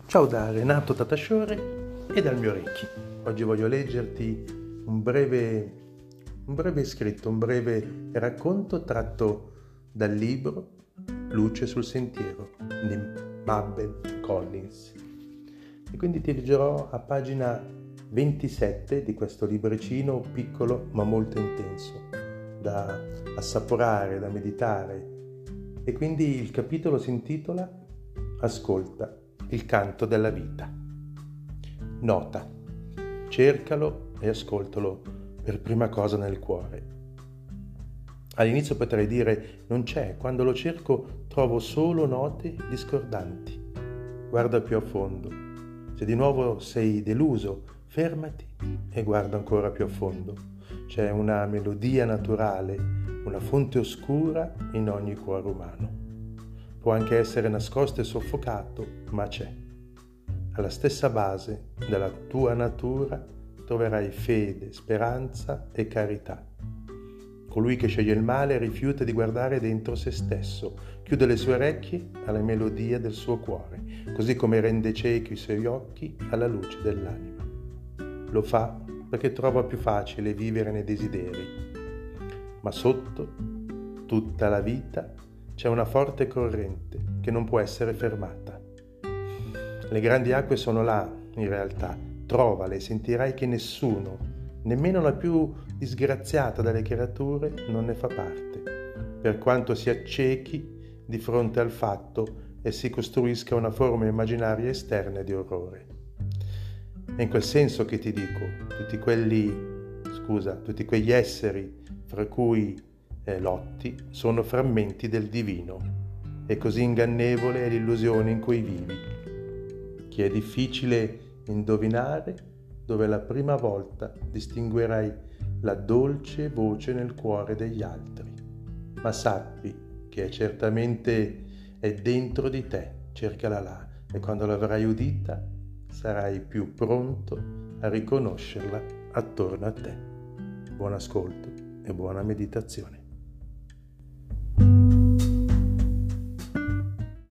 Ciao da Renato Tatasciore e dal mio Reiki. Oggi voglio leggerti un breve scritto, un breve racconto tratto dal libro Luce sul sentiero di Mabel Collins. E quindi ti leggerò a pagina 27 di questo libricino piccolo ma molto intenso, da assaporare, da meditare. E quindi il capitolo si intitola Ascolta il canto della vita. Nota: cercalo e ascoltalo per prima cosa nel cuore. All'inizio potrei dire non c'è, quando lo cerco trovo solo note discordanti. Guarda più a fondo. Se di nuovo sei deluso, fermati e guarda ancora più a fondo. C'è una melodia naturale, una fonte oscura in ogni cuore umano. Può anche essere nascosto e soffocato, ma c'è. Alla stessa base della tua natura troverai fede, speranza e carità. Colui che sceglie il male rifiuta di guardare dentro se stesso, chiude le sue orecchie alla melodia del suo cuore, così come rende ciechi i suoi occhi alla luce dell'anima. Lo fa perché trova più facile vivere nei desideri. Ma sotto tutta la vita c'è una forte corrente che non può essere fermata. Le grandi acque sono là, in realtà. Trovale e sentirai che nessuno, nemmeno la più disgraziata delle creature, non ne fa parte, per quanto si accechi di fronte al fatto e si costruisca una forma immaginaria esterna di orrore. È in quel senso che ti dico, tutti quegli esseri fra cui lotti sono frammenti del divino, e così ingannevole è l'illusione in cui vivi, che è difficile indovinare dove la prima volta distinguerai la dolce voce nel cuore degli altri. Ma sappi che certamente è dentro di te, cercala là, e quando l'avrai udita sarai più pronto a riconoscerla attorno a te. Buon ascolto e buona meditazione.